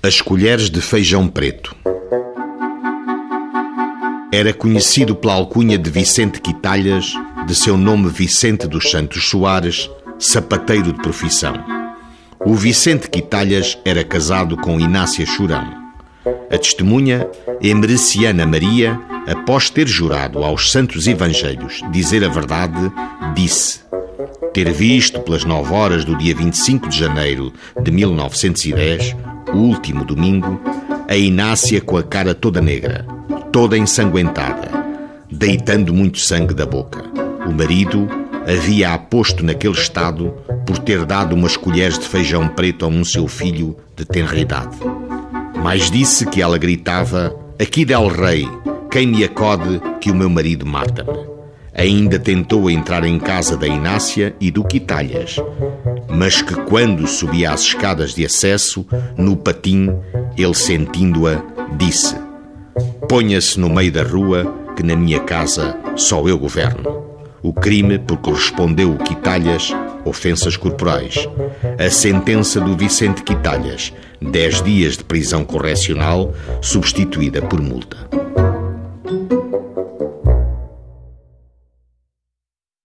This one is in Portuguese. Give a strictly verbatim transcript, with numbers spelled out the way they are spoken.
As colheres de feijão preto. Era conhecido pela alcunha de Vicente Quitalhas, de seu nome Vicente dos Santos Soares, sapateiro de profissão. O Vicente Quitalhas era casado com Inácia Churão. A testemunha, Emereciana Maria, após ter jurado aos santos evangelhos dizer a verdade, disse ter visto pelas nove horas do dia vinte e cinco de janeiro de mil novecentos e dez, o último domingo, a Inácia com a cara toda negra, toda ensanguentada, deitando muito sangue da boca. O marido havia-a posto naquele estado por ter dado umas colheres de feijão preto a um seu filho de tenra idade. Mas disse que ela gritava: "Aqui del rei, quem me acode que o meu marido mata-me." Ainda tentou entrar em casa da Inácia e do Quitalhas, mas que quando subia as escadas de acesso, no patim, ele sentindo-a, disse: "Ponha-se no meio da rua, que na minha casa só eu governo." O crime por que respondeu o Quitalhas, ofensas corporais. A sentença do Vicente Quitalhas, dez dias de prisão correcional, substituída por multa.